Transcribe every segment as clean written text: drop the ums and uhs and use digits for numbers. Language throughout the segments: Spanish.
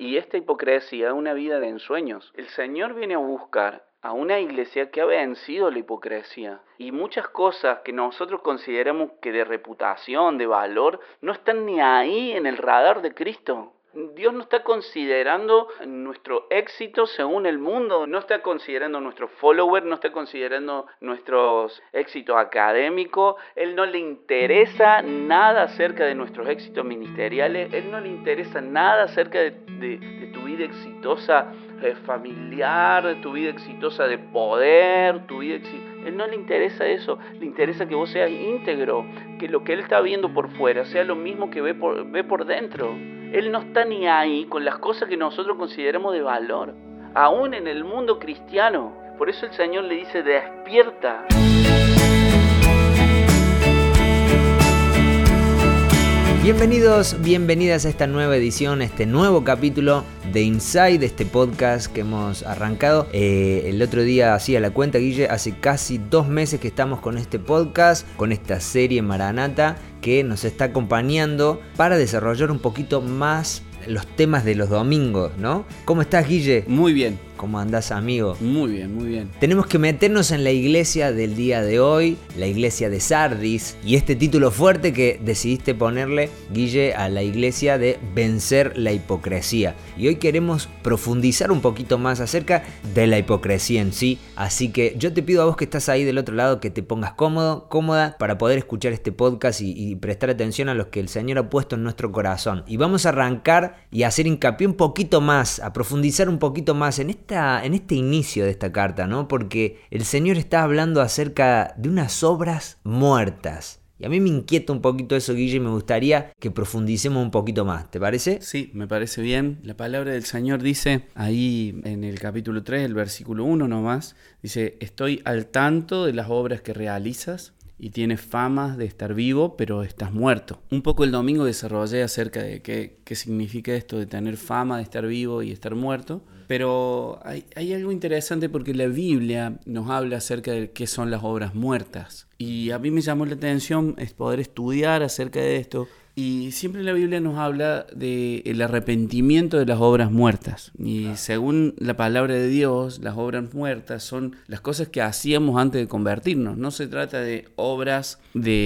Y esta hipocresía es una vida de ensueños. El Señor viene a buscar a una iglesia que ha vencido la hipocresía. Y muchas cosas que nosotros consideramos que de reputación, de valor, no están ni ahí en el radar de Cristo. Dios no está considerando nuestro éxito según el mundo, no está considerando nuestros followers, no está considerando nuestros éxitos académicos. Él no le interesa nada acerca de nuestros éxitos ministeriales, Él no le interesa nada acerca de tu vida exitosa familiar, tu vida exitosa de poder, tu vida Él no le interesa eso, le interesa que vos seas íntegro, que lo que Él está viendo por fuera sea lo mismo que ve por dentro. Él no está ni ahí con las cosas que nosotros consideramos de valor, aún en el mundo cristiano. Por eso el Señor le dice, despierta. Bienvenidos, bienvenidas a esta nueva edición, este nuevo capítulo de Inside, este podcast que hemos arrancado. El otro día hacía la cuenta, Guille, hace casi 2 meses que estamos con este podcast, con esta serie Maranata que nos está acompañando para desarrollar un poquito más los temas de los domingos, ¿no? ¿Cómo estás, Guille? Muy bien. ¿Cómo andás, amigo? Muy bien, muy bien. Tenemos que meternos en la iglesia del día de hoy, la iglesia de Sardis, y este título fuerte que decidiste ponerle, Guille, a la iglesia de vencer la hipocresía. Y hoy queremos profundizar un poquito más acerca de la hipocresía en sí, así que yo te pido a vos que estás ahí del otro lado que te pongas cómodo, cómoda para poder escuchar este podcast y prestar atención a los que el Señor ha puesto en nuestro corazón. Y vamos a arrancar y a hacer hincapié un poquito más, a profundizar un poquito más en este inicio de esta carta, ¿no? Porque el Señor está hablando acerca de unas obras muertas. Y a mí me inquieta un poquito eso, Guille, y me gustaría que profundicemos un poquito más. ¿Te parece? Sí, me parece bien. La palabra del Señor dice, ahí en el capítulo 3, el versículo 1 nomás, dice, estoy al tanto de las obras que realizas y tienes fama de estar vivo, pero estás muerto. Un poco el domingo desarrollé acerca de qué significa esto de tener fama de estar vivo y estar muerto. Pero hay algo interesante porque la Biblia nos habla acerca de qué son las obras muertas. Y a mí me llamó la atención poder estudiar acerca de esto. Y siempre la Biblia nos habla del arrepentimiento de las obras muertas. Y según la palabra de Dios, las obras muertas son las cosas que hacíamos antes de convertirnos. No se trata de obras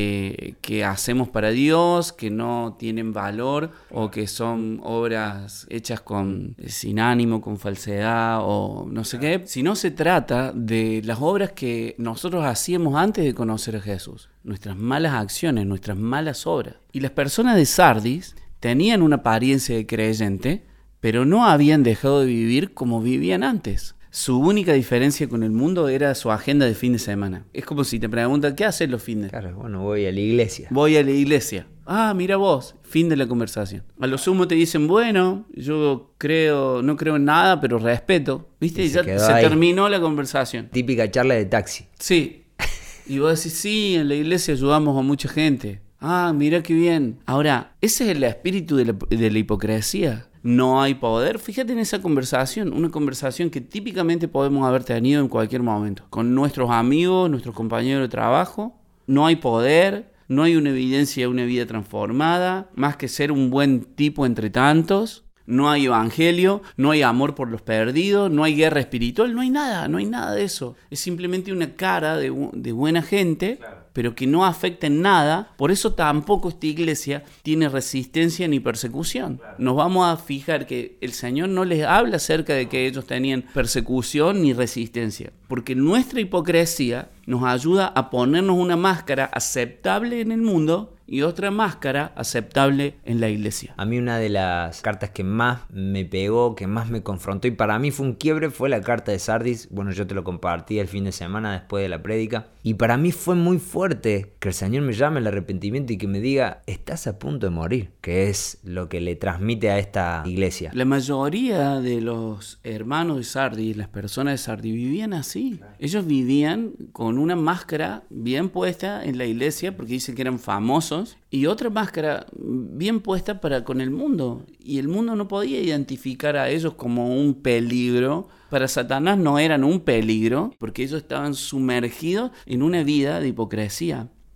que hacemos para Dios, que no tienen valor, o que son obras hechas sin ánimo, con falsedad, o no sé qué. Sino se trata de las obras que nosotros hacíamos antes de conocer a Jesús. Nuestras malas acciones, nuestras malas obras. Y las personas de Sardis tenían una apariencia de creyente, pero no habían dejado de vivir como vivían antes. Su única diferencia con el mundo era su agenda de fin de semana. Es como si te preguntan, ¿qué haces los fines? Claro, bueno, voy a la iglesia. Voy a la iglesia. Ah, mira vos, fin de la conversación. A lo sumo te dicen, bueno, yo no creo en nada, pero respeto. ¿Viste? Y ya se terminó la conversación. Típica charla de taxi. Sí. Y vos decís, sí, en la iglesia ayudamos a mucha gente. Ah, mira qué bien. Ahora, ¿ese es el espíritu de la hipocresía? No hay poder. Fíjate en esa conversación, una conversación que típicamente podemos haber tenido en cualquier momento. Con nuestros amigos, nuestros compañeros de trabajo. No hay poder, no hay una evidencia de una vida transformada, más que ser un buen tipo entre tantos. No hay evangelio, no hay amor por los perdidos, no hay guerra espiritual, no hay nada de eso. Es simplemente una cara de buena gente, claro, pero que no afecta en nada. Por eso tampoco esta iglesia tiene resistencia ni persecución. Claro. Nos vamos a fijar que el Señor no les habla acerca de que ellos tenían persecución ni resistencia, porque nuestra hipocresía nos ayuda a ponernos una máscara aceptable en el mundo y otra máscara aceptable en la iglesia. A mí una de las cartas que más me pegó, que más me confrontó y para mí fue un quiebre, fue la carta de Sardis. Bueno, yo te lo compartí el fin de semana después de la prédica. Y para mí fue muy fuerte que el Señor me llame al arrepentimiento y que me diga, estás a punto de morir, que es lo que le transmite a esta iglesia. La mayoría de los hermanos de Sardis, las personas de Sardis, vivían así. Ellos vivían con una máscara bien puesta en la iglesia porque dicen que eran famosos, y otra máscara bien puesta para con el mundo. Y el mundo no podía identificar a ellos como un peligro. Para Satanás no eran un peligro porque ellos estaban sumergidos en una vida de hipocresía.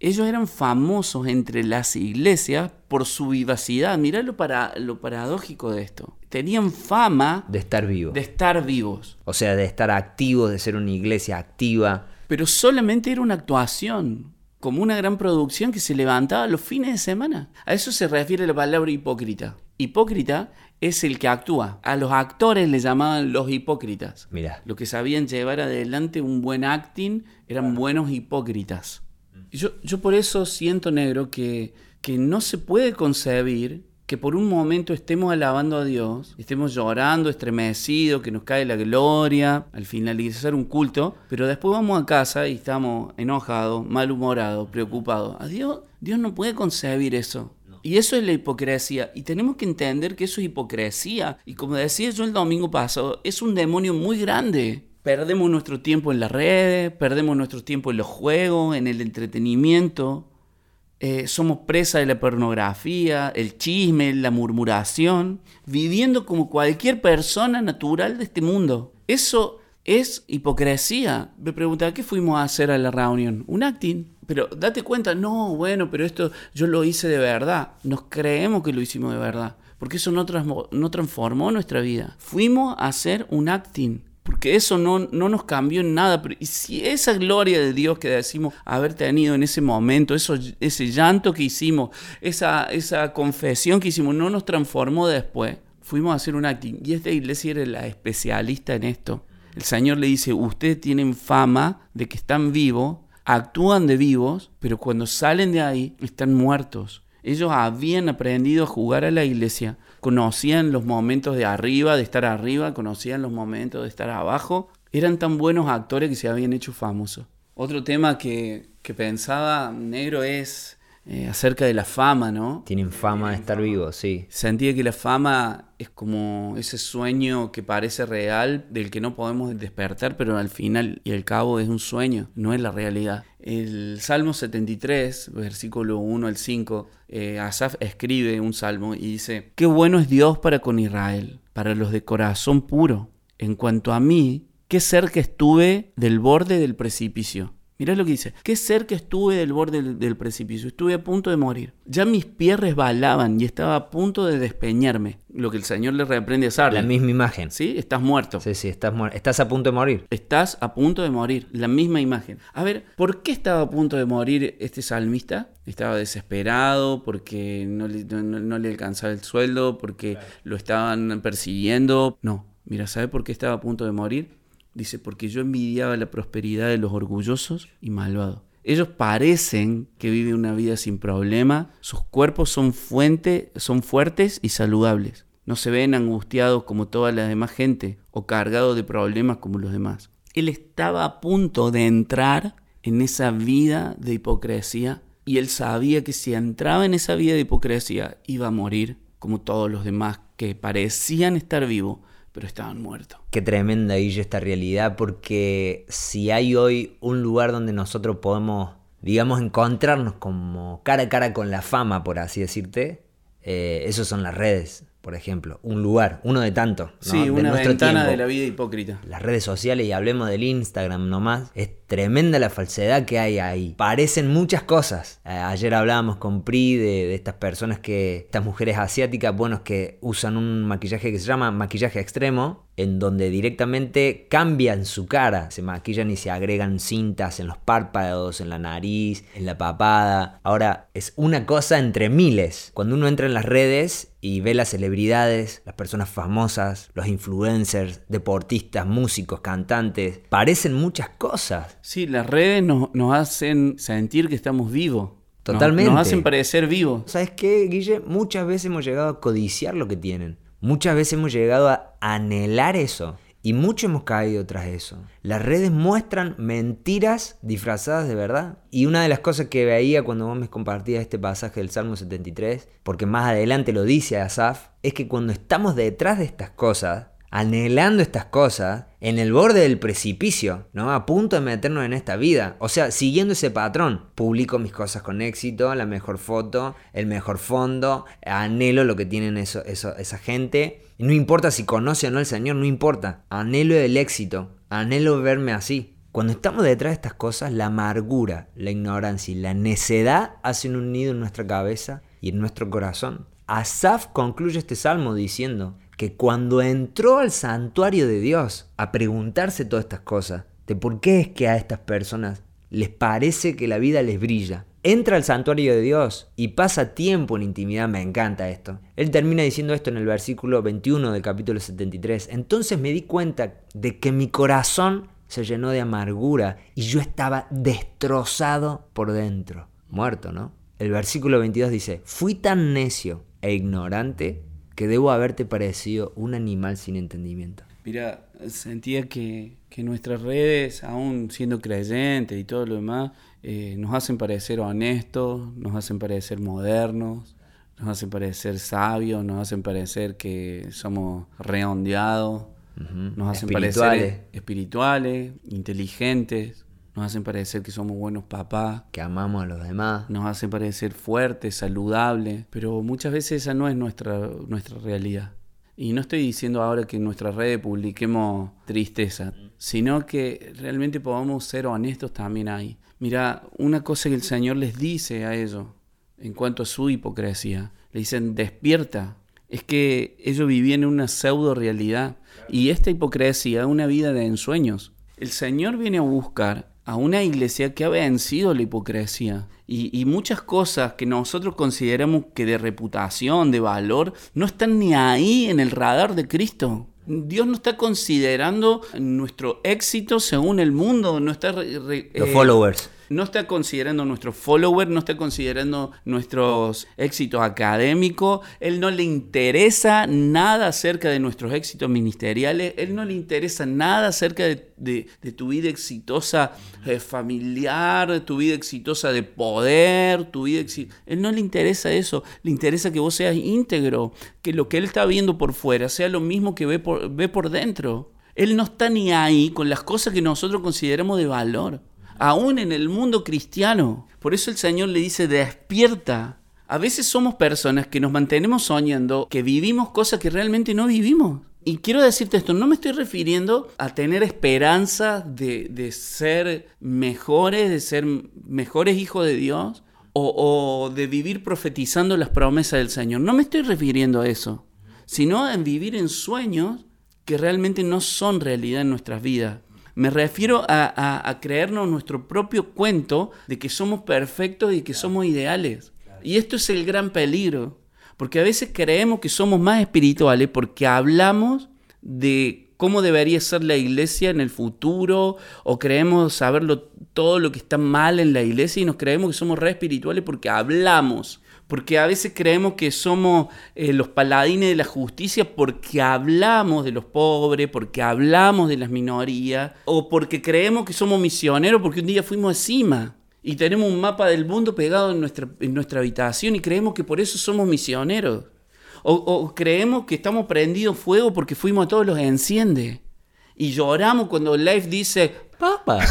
Ellos eran famosos entre las iglesias por su vivacidad. Mirá lo paradójico de esto. Tenían fama de estar vivos. De estar vivos. O sea, de estar activos, de ser una iglesia activa. Pero solamente era una actuación, como una gran producción que se levantaba los fines de semana. A eso se refiere la palabra hipócrita. Hipócrita es el que actúa. A los actores le llamaban los hipócritas. Mirá. Los que sabían llevar adelante un buen acting eran buenos hipócritas. Yo por eso siento, negro, que no se puede concebir que por un momento estemos alabando a Dios, estemos llorando, estremecidos, que nos cae la gloria al finalizar un culto, pero después vamos a casa y estamos enojados, malhumorados, preocupados. A Dios no puede concebir eso. Y eso es la hipocresía. Y tenemos que entender que eso es hipocresía. Y como decía yo el domingo pasado, es un demonio muy grande. Perdemos nuestro tiempo en las redes, perdemos nuestro tiempo en los juegos, en el entretenimiento. Somos presa de la pornografía, el chisme, la murmuración, viviendo como cualquier persona natural de este mundo. Eso es hipocresía. Me preguntaba, ¿qué fuimos a hacer a la reunión? Un acting. Pero date cuenta, no, bueno, pero esto yo lo hice de verdad. Nos creemos que lo hicimos de verdad, porque eso no transformó nuestra vida. Fuimos a hacer un acting. Porque eso no nos cambió en nada. Pero, y si esa gloria de Dios que decimos haber tenido en ese momento, ese llanto que hicimos, esa confesión que hicimos, no nos transformó después, fuimos a hacer un acting. Y esta iglesia era la especialista en esto. El Señor le dice, ustedes tienen fama de que están vivos, actúan de vivos, pero cuando salen de ahí están muertos. Ellos habían aprendido a jugar a la iglesia, conocían los momentos de arriba, de estar arriba, conocían los momentos de estar abajo. Eran tan buenos actores que se habían hecho famosos. Otro tema que pensaba, negro, es acerca de la fama, ¿no? Tienen fama de estar vivos, sí. Sentía que la fama es como ese sueño que parece real, del que no podemos despertar, pero al final y al cabo es un sueño, no es la realidad. El Salmo 73, versículo 1 al 5, Asaf escribe un salmo y dice: qué bueno es Dios para con Israel, para los de corazón puro. En cuanto a mí, qué cerca estuve del borde del precipicio. Mirá lo que dice: qué cerca estuve del borde del precipicio, estuve a punto de morir. Ya mis pies resbalaban y estaba a punto de despeñarme. Lo que el Señor le reprende a Sardis. La misma imagen. ¿Sí? Estás muerto. Sí, estás a punto de morir. Estás a punto de morir. La misma imagen. A ver, ¿por qué estaba a punto de morir este salmista? Estaba desesperado porque no le alcanzaba el sueldo, porque lo estaban persiguiendo. No, mira, ¿sabe por qué estaba a punto de morir? Dice, porque yo envidiaba la prosperidad de los orgullosos y malvados. Ellos parecen que viven una vida sin problema, sus cuerpos son fuertes y saludables. No se ven angustiados como toda la demás gente o cargados de problemas como los demás. Él estaba a punto de entrar en esa vida de hipocresía y él sabía que si entraba en esa vida de hipocresía iba a morir como todos los demás que parecían estar vivos, pero estaban muertos. Qué tremenda, Guille, esta realidad, porque si hay hoy un lugar donde nosotros podemos, digamos, encontrarnos como cara a cara con la fama, por así decirte, esos son las redes, por ejemplo. Un lugar, uno de tantos, ¿no? Sí, de una ventana tiempo. de la vida hipócrita. Las redes sociales, y hablemos del Instagram nomás, es tremenda la falsedad que hay ahí. Parecen muchas cosas. Ayer hablábamos con Pri de estas personas estas mujeres asiáticas, buenos, que usan un maquillaje que se llama maquillaje extremo, en donde directamente cambian su cara. Se maquillan y se agregan cintas en los párpados, en la nariz, en la papada. Ahora, es una cosa entre miles. Cuando uno entra en las redes y ve las celebridades, las personas famosas, los influencers, deportistas, músicos, cantantes, parecen muchas cosas. Sí, las redes nos hacen sentir que estamos vivos. Totalmente. Nos hacen parecer vivos. ¿Sabes qué, Guille? Muchas veces hemos llegado a codiciar lo que tienen. Muchas veces hemos llegado a anhelar eso. Y mucho hemos caído tras eso. Las redes muestran mentiras disfrazadas de verdad. Y una de las cosas que veía cuando vos me compartías este pasaje del Salmo 73, porque más adelante lo dice Asaf, es que cuando estamos detrás de estas cosas, anhelando estas cosas, en el borde del precipicio, ¿no? A punto de meternos en esta vida. O sea, siguiendo ese patrón. Publico mis cosas con éxito, la mejor foto, el mejor fondo, anhelo lo que tienen esa gente. Y no importa si conoce o no al Señor, no importa. Anhelo el éxito, anhelo verme así. Cuando estamos detrás de estas cosas, la amargura, la ignorancia y la necedad hacen un nido en nuestra cabeza y en nuestro corazón. Asaf concluye este salmo diciendo que cuando entró al santuario de Dios a preguntarse todas estas cosas, de por qué es que a estas personas les parece que la vida les brilla, entra al santuario de Dios y pasa tiempo en intimidad. Me encanta esto. Él termina diciendo esto en el versículo 21 del capítulo 73. Entonces me di cuenta de que mi corazón se llenó de amargura y yo estaba destrozado por dentro. Muerto, ¿no? El versículo 22 dice: fui tan necio e ignorante que debo haberte parecido un animal sin entendimiento. Mira, sentía que nuestras redes, aún siendo creyentes y todo lo demás, nos hacen parecer honestos, nos hacen parecer modernos, nos hacen parecer sabios, nos hacen parecer que somos redondeados, nos hacen parecer espirituales, inteligentes, nos hacen parecer que somos buenos papás, que amamos a los demás, nos hacen parecer fuertes, saludables, pero muchas veces esa no es nuestra realidad. Y no estoy diciendo ahora que en nuestras redes publiquemos tristeza, sino que realmente podamos ser honestos también ahí. Mira, una cosa que el Señor les dice a ellos en cuanto a su hipocresía, le dicen: despierta. Es que ellos vivían en una pseudo realidad y esta hipocresía es una vida de ensueños. El Señor viene a buscar a una iglesia que ha vencido la hipocresía y muchas cosas que nosotros consideramos que de reputación, de valor, no están ni ahí en el radar de Cristo. Dios no está considerando nuestro éxito según el mundo, no está los followers. No está considerando nuestros followers, no está considerando nuestros éxitos académicos. Él no le interesa nada acerca de nuestros éxitos ministeriales. Él no le interesa nada acerca de tu vida exitosa familiar, tu vida exitosa de poder, Él no le interesa eso. Le interesa que vos seas íntegro, que lo que Él está viendo por fuera sea lo mismo que ve por dentro. Él no está ni ahí con las cosas que nosotros consideramos de valor. Aún en el mundo cristiano. Por eso el Señor le dice: despierta. A veces somos personas que nos mantenemos soñando, que vivimos cosas que realmente no vivimos. Y quiero decirte esto, no me estoy refiriendo a tener esperanza de ser mejores hijos de Dios o de vivir profetizando las promesas del Señor. No me estoy refiriendo a eso, sino a vivir en sueños que realmente no son realidad en nuestras vidas. Me refiero a creernos nuestro propio cuento de que somos perfectos y que somos ideales. Y esto es el gran peligro, porque a veces creemos que somos más espirituales porque hablamos de cómo debería ser la iglesia en el futuro, o creemos saberlo todo lo que está mal en la iglesia y nos creemos que somos re espirituales porque hablamos. Porque a veces creemos que somos los paladines de la justicia porque hablamos de los pobres, porque hablamos de las minorías, o porque creemos que somos misioneros porque un día fuimos a Cima y tenemos un mapa del mundo pegado en nuestra habitación y creemos que por eso somos misioneros. O creemos que estamos prendidos fuego porque fuimos a Todos los Enciende. Y lloramos cuando Life dice: Papa.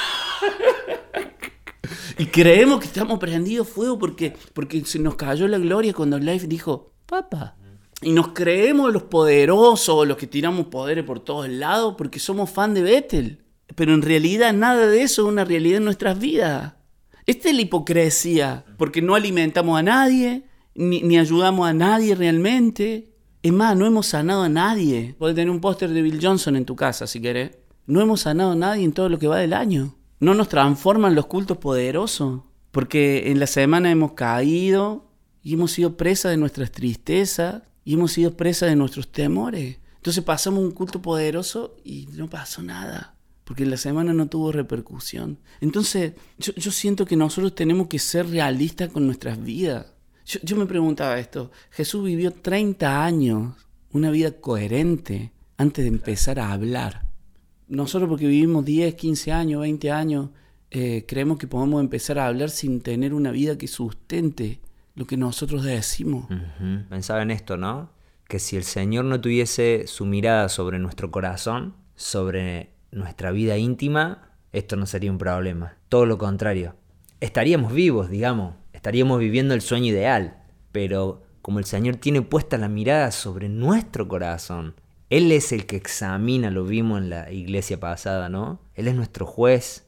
Y creemos que estamos prendidos fuego porque se nos cayó la gloria cuando Life dijo: Papa. Y nos creemos los poderosos, los que tiramos poderes por todos lados porque somos fan de Bethel. Pero en realidad nada de eso es una realidad en nuestras vidas. Esta es la hipocresía, porque no alimentamos a nadie, ni ayudamos a nadie realmente. Es más, no hemos sanado a nadie. Podés tener un póster de Bill Johnson en tu casa si querés. No hemos sanado a nadie en todo lo que va del año. No nos transforman los cultos poderosos, porque en la semana hemos caído y hemos sido presas de nuestras tristezas y hemos sido presas de nuestros temores. Entonces pasamos un culto poderoso y no pasó nada, porque en la semana no tuvo repercusión. Entonces yo siento que nosotros tenemos que ser realistas con nuestras vidas. Yo me preguntaba esto: Jesús vivió 30 años, una vida coherente, antes de empezar a hablar. Nosotros, porque vivimos 10, 15 años, 20 años, creemos que podemos empezar a hablar sin tener una vida que sustente lo que nosotros decimos. Pensaba en esto, ¿no? Que si el Señor no tuviese su mirada sobre nuestro corazón, sobre nuestra vida íntima, esto no sería un problema. Todo lo contrario. Estaríamos vivos, digamos. Estaríamos viviendo el sueño ideal. Pero como el Señor tiene puesta la mirada sobre nuestro corazón, Él es el que examina, lo vimos en la iglesia pasada, ¿no? Él es nuestro juez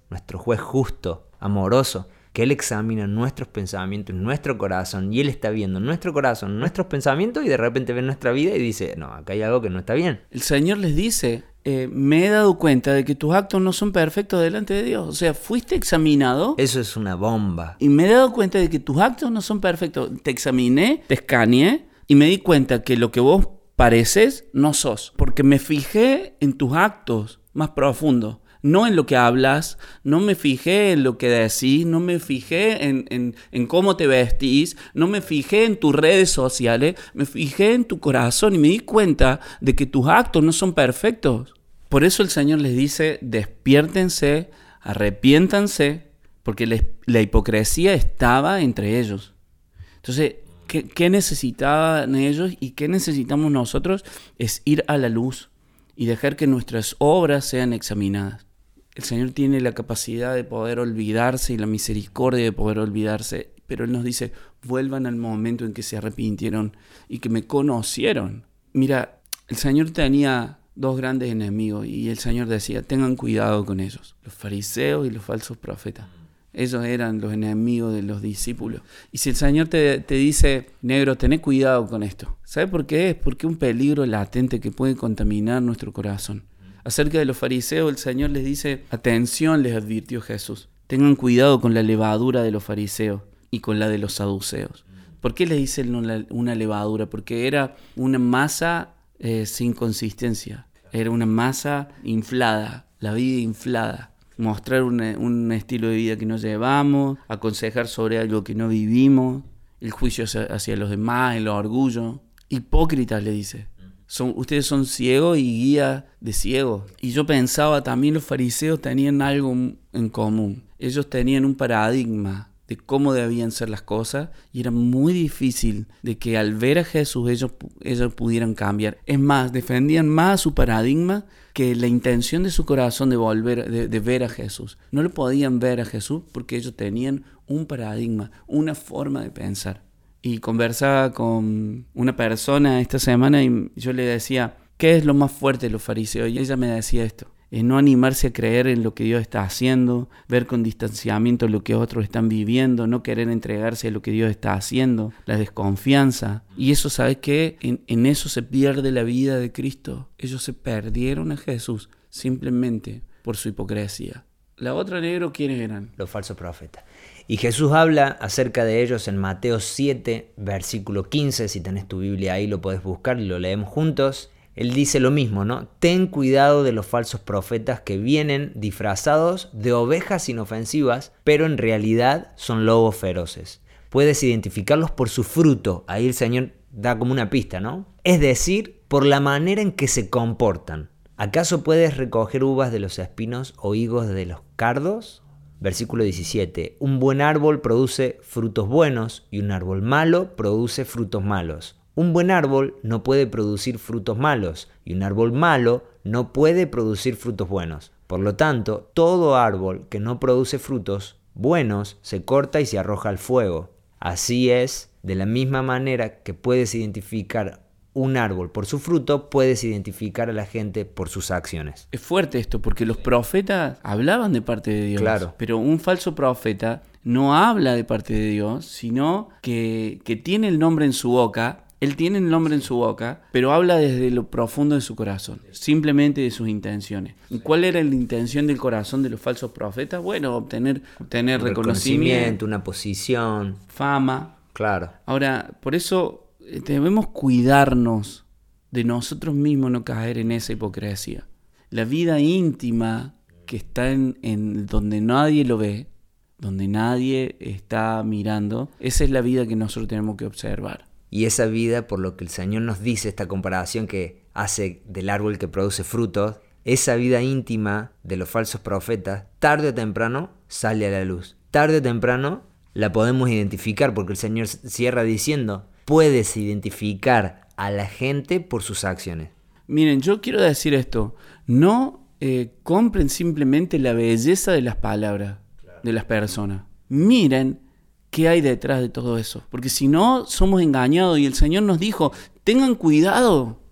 justo, amoroso, que Él examina nuestros pensamientos, nuestro corazón, y Él está viendo nuestro corazón, nuestros pensamientos, y de repente ve nuestra vida y dice, no, acá hay algo que no está bien. El Señor les dice, me he dado cuenta de que tus actos no son perfectos delante de Dios. O sea, fuiste examinado. Eso es una bomba. Y me he dado cuenta de que tus actos no son perfectos. Te examiné, te escaneé y me di cuenta que lo que vos pareces no sos. Porque me fijé en tus actos más profundos. No en lo que hablas, no me fijé en lo que decís, no me fijé en cómo te vestís, no me fijé en tus redes sociales, me fijé en tu corazón y me di cuenta de que tus actos no son perfectos. Por eso el Señor les dice, despiértense, arrepiéntanse, porque la hipocresía estaba entre ellos. Entonces, ¿qué necesitaban ellos y qué necesitamos nosotros? Es ir a la luz y dejar que nuestras obras sean examinadas. El Señor tiene la capacidad de poder olvidarse y la misericordia de poder olvidarse, pero Él nos dice, vuelvan al momento en que se arrepintieron y que me conocieron. Mira, el Señor tenía dos grandes enemigos y el Señor decía, tengan cuidado con ellos, los fariseos y los falsos profetas. Ellos eran los enemigos de los discípulos. Y si el Señor te dice, negro, tené cuidado con esto. ¿Sabe por qué? Es porque es un peligro latente que puede contaminar nuestro corazón. Acerca de los fariseos, el Señor les dice, atención, les advirtió Jesús. Tengan cuidado con la levadura de los fariseos y con la de los saduceos. ¿Por qué les dice una levadura? Porque era una masa sin consistencia. Era una masa inflada, la vida inflada. Mostrar un estilo de vida que no llevamos, aconsejar sobre algo que no vivimos, el juicio hacia los demás, el orgullo. Hipócritas, le dice. Ustedes son ciegos y guía de ciegos. Y yo pensaba también los fariseos tenían algo en común. Ellos tenían un paradigma de cómo debían ser las cosas y era muy difícil de que al ver a Jesús ellos pudieran cambiar. Es más, defendían más su paradigma que la intención de su corazón de ver a Jesús. No lo podían ver a Jesús porque ellos tenían un paradigma, una forma de pensar. Y conversaba con una persona esta semana y yo le decía, ¿qué es lo más fuerte de los fariseos? Y ella me decía esto, es no animarse a creer en lo que Dios está haciendo, ver con distanciamiento lo que otros están viviendo, no querer entregarse a lo que Dios está haciendo, la desconfianza. Y eso, ¿sabes qué? En eso se pierde la vida de Cristo. Ellos se perdieron a Jesús simplemente por su hipocresía. La otra, negro, ¿quiénes eran? Los falsos profetas. Y Jesús habla acerca de ellos en Mateo 7, versículo 15. Si tenés tu Biblia ahí lo podés buscar y lo leemos juntos. Él dice lo mismo, ¿no? Ten cuidado de los falsos profetas que vienen disfrazados de ovejas inofensivas, pero en realidad son lobos feroces. Puedes identificarlos por su fruto. Ahí el Señor da como una pista, ¿no? Es decir, por la manera en que se comportan. ¿Acaso puedes recoger uvas de los espinos o higos de los cardos? Versículo 17. Un buen árbol produce frutos buenos y un árbol malo produce frutos malos. Un buen árbol no puede producir frutos malos y un árbol malo no puede producir frutos buenos. Por lo tanto, todo árbol que no produce frutos buenos se corta y se arroja al fuego. Así es, de la misma manera que puedes identificar un árbol por su fruto, puedes identificar a la gente por sus acciones. Es fuerte esto, porque los profetas hablaban de parte de Dios. Claro. Pero un falso profeta no habla de parte de Dios, sino que tiene el nombre en su boca. Él tiene el nombre en su boca, pero habla desde lo profundo de su corazón, simplemente de sus intenciones. ¿Y cuál era la intención del corazón de los falsos profetas? Bueno, obtener reconocimiento, una posición, fama. Claro. Ahora, por eso debemos cuidarnos de nosotros mismos, no caer en esa hipocresía. La vida íntima que está en donde nadie lo ve, donde nadie está mirando, esa es la vida que nosotros tenemos que observar. Y esa vida, por lo que el Señor nos dice, esta comparación que hace del árbol que produce frutos, esa vida íntima de los falsos profetas, tarde o temprano sale a la luz. Tarde o temprano la podemos identificar, porque el Señor cierra diciendo, puedes identificar a la gente por sus acciones. Miren, yo quiero decir esto, no compren simplemente la belleza de las palabras de las personas. Miren qué hay detrás de todo eso, porque si no somos engañados y el Señor nos dijo, tengan cuidado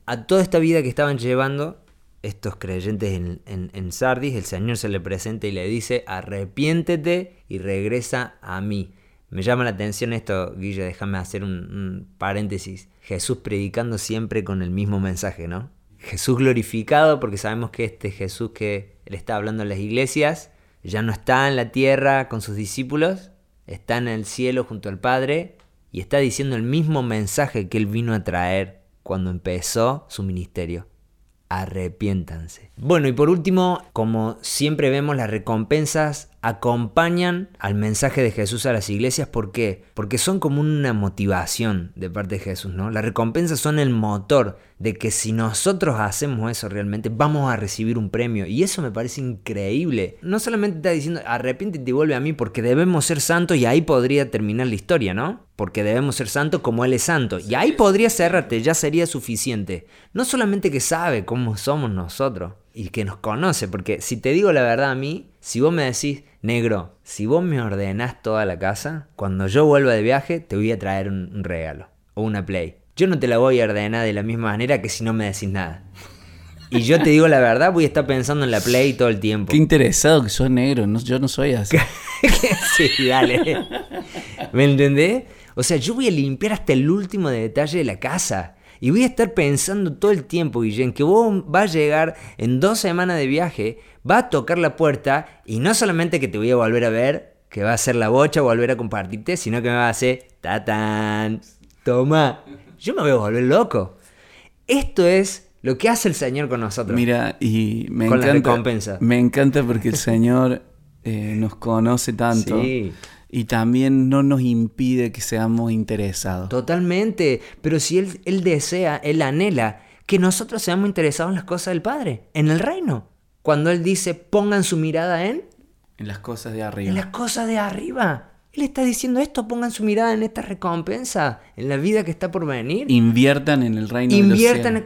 a toda esta vida que estaban llevando estos creyentes en Sardis, el Señor se le presenta y le dice: arrepiéntete y regresa a mí. Me llama la atención esto, Guille, déjame hacer un paréntesis. Jesús predicando siempre con el mismo mensaje, ¿no? Jesús glorificado, porque sabemos que este Jesús que le está hablando en las iglesias ya no está en la tierra con sus discípulos, está en el cielo junto al Padre y está diciendo el mismo mensaje que él vino a traer cuando empezó su ministerio. Arrepiéntanse. Bueno, y por último, como siempre vemos, las recompensas acompañan al mensaje de Jesús a las iglesias. ¿Por qué? Porque son como una motivación de parte de Jesús, ¿no? Las recompensas son el motor de que si nosotros hacemos eso realmente, vamos a recibir un premio. Y eso me parece increíble. No solamente está diciendo arrepiéntete y vuelve a mí, porque debemos ser santos, y ahí podría terminar la historia, ¿no? Porque debemos ser santos como Él es santo. Y ahí podría cerrarte, ya sería suficiente. No solamente que sabe cómo somos nosotros y que nos conoce, porque si te digo la verdad a mí, si vos me decís: negro, si vos me ordenás toda la casa, cuando yo vuelva de viaje te voy a traer un regalo o una Play. Yo no te la voy a ordenar de la misma manera que si no me decís nada. Y yo te digo la verdad, voy a estar pensando en la Play todo el tiempo. Qué interesado que sos, negro. No, yo no soy así. Sí, dale. ¿Me entendés? O sea, yo voy a limpiar hasta el último detalle de la casa. Y voy a estar pensando todo el tiempo, Guillén, que vos vas a llegar en 2 semanas de viaje, vas a tocar la puerta y no solamente que te voy a volver a ver, que va a ser la bocha, volver a compartirte, sino que me va a hacer ¡tatán! Toma. Yo me voy a volver loco. Esto es lo que hace el Señor con nosotros. Mira, y me con encanta, la recompensa. Me encanta porque el Señor nos conoce tanto. Sí. Y también no nos impide que seamos interesados. Totalmente. Pero si Él desea, Él anhela que nosotros seamos interesados en las cosas del Padre, en el reino. Cuando Él dice: pongan su mirada en las cosas de arriba. En las cosas de arriba. Él está diciendo esto: pongan su mirada en esta recompensa, en la vida que está por venir. Inviertan en el reino de los cielos.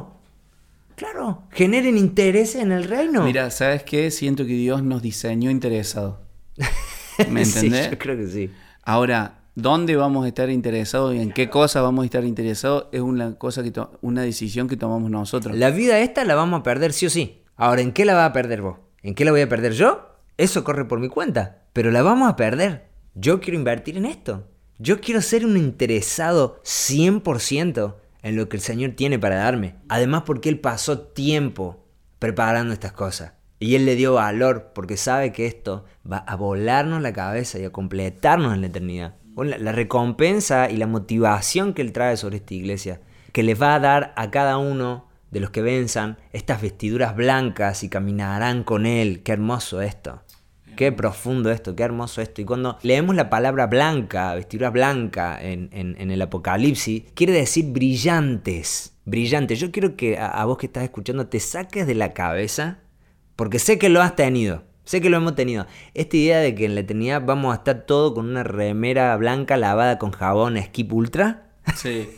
Claro. Generen interés en el reino. Mira, ¿sabes qué? Siento que Dios nos diseñó interesados. ¿Me entendés? Sí, yo creo que sí. Ahora, ¿dónde vamos a estar interesados y en qué cosas vamos a estar interesados? Es una decisión que tomamos nosotros. La vida esta la vamos a perder sí o sí. Ahora, ¿en qué la vas a perder vos? ¿En qué la voy a perder yo? Eso corre por mi cuenta. Pero la vamos a perder. Yo quiero invertir en esto. Yo quiero ser un interesado 100% en lo que el Señor tiene para darme. Además, porque Él pasó tiempo preparando estas cosas. Y Él le dio valor porque sabe que esto va a volarnos la cabeza y a completarnos en la eternidad. La recompensa y la motivación que Él trae sobre esta iglesia, que les va a dar a cada uno de los que venzan estas vestiduras blancas y caminarán con Él. Qué hermoso esto. Qué profundo esto, qué hermoso esto. Y cuando leemos la palabra blanca, vestidura blanca en el Apocalipsis, quiere decir brillantes. Brillantes. Yo quiero que a vos que estás escuchando te saques de la cabeza, porque sé que lo has tenido, sé que lo hemos tenido. Esta idea de que en la eternidad vamos a estar todo con una remera blanca lavada con jabón Skip Ultra. Sí.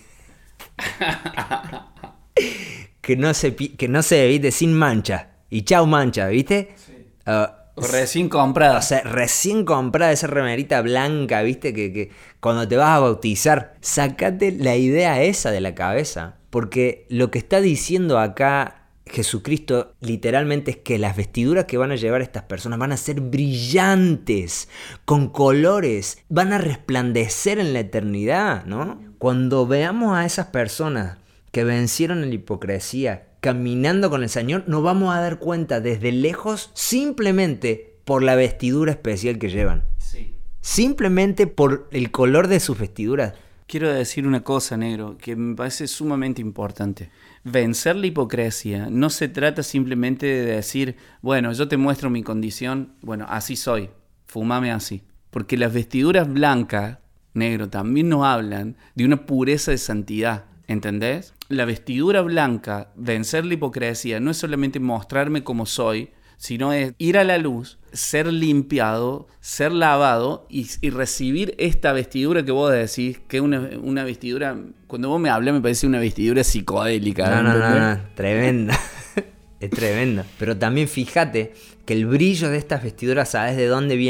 que no se viste sin mancha. Y chau mancha, ¿viste? Sí. Recién comprada. O sea, recién comprada esa remerita blanca, ¿viste? Que cuando te vas a bautizar, sacate la idea esa de la cabeza. Porque lo que está diciendo acá Jesucristo literalmente es que las vestiduras que van a llevar estas personas van a ser brillantes, con colores, van a resplandecer en la eternidad, ¿no? Cuando veamos a esas personas que vencieron la hipocresía caminando con el Señor, nos vamos a dar cuenta desde lejos simplemente por la vestidura especial que llevan. Sí. Simplemente por el color de sus vestiduras. Quiero decir una cosa, negro, que me parece sumamente importante. Vencer la hipocresía no se trata simplemente de decir, bueno, yo te muestro mi condición, bueno, así soy, fumame así. Porque las vestiduras blancas, negro, también nos hablan de una pureza de santidad, ¿entendés? La vestidura blanca, vencer la hipocresía, no es solamente mostrarme como soy, sino es ir a la luz, ser limpiado, ser lavado y recibir esta vestidura que vos decís, que es una vestidura, cuando vos me hablas me parece una vestidura psicodélica. No, tremenda. Es tremenda. Pero también fíjate que el brillo de estas vestiduras, ¿sabes de dónde viene?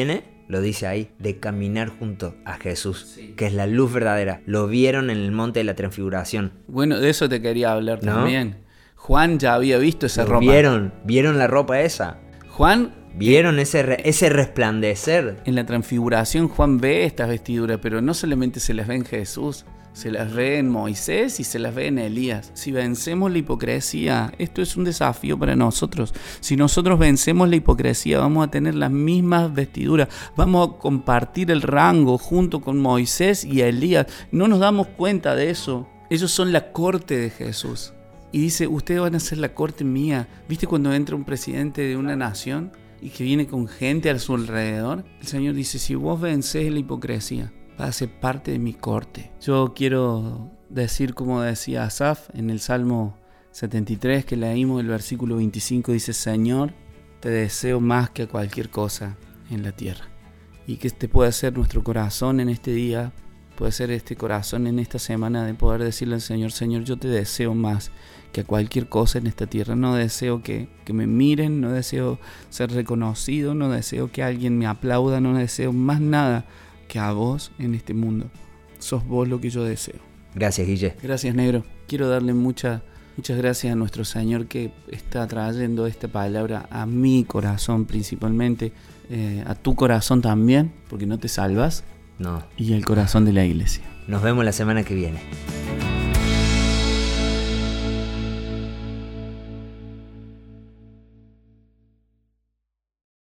lo dice ahí, de caminar junto a Jesús, Sí. que es la luz verdadera. Lo vieron en el monte de la transfiguración. Bueno, de eso te quería hablar ¿No? también. Juan ya había visto esa ¿Lo ropa. ¿Vieron la ropa esa? Juan, ¿Vieron ese resplandecer? en la transfiguración, Juan ve estas vestiduras, pero no solamente se las ve en Jesús, se las ve en Moisés y se las ve en Elías. Si vencemos la hipocresía, esto es un desafío para nosotros. Si nosotros vencemos la hipocresía, vamos a tener las mismas vestiduras, vamos a compartir el rango junto con Moisés y Elías. No nos damos cuenta de eso. Ellos son la corte de Jesús. Y dice, ustedes van a ser la corte mía. ¿Viste cuando entra un presidente de una nación y que viene con gente a su alrededor? El Señor dice, si vos vencés la hipocresía, vas a ser parte de mi corte. Yo quiero decir, como decía Asaf en el Salmo 73, que leímos el versículo 25, dice, Señor, te deseo más que a cualquier cosa en la tierra. Y que este pueda ser nuestro corazón en este día, puede ser este corazón en esta semana de poder decirle al Señor, Señor, yo te deseo más que a cualquier cosa en esta tierra. No deseo que me miren, no deseo ser reconocido, no deseo que alguien me aplauda, no deseo más nada que a vos en este mundo. Sos vos lo que yo deseo. Gracias, Guille. Gracias, negro. Quiero darle muchas gracias a nuestro Señor que está trayendo esta palabra a mi corazón principalmente, a tu corazón también, porque no te salvas, No. y al corazón de la iglesia. Nos vemos la semana que viene.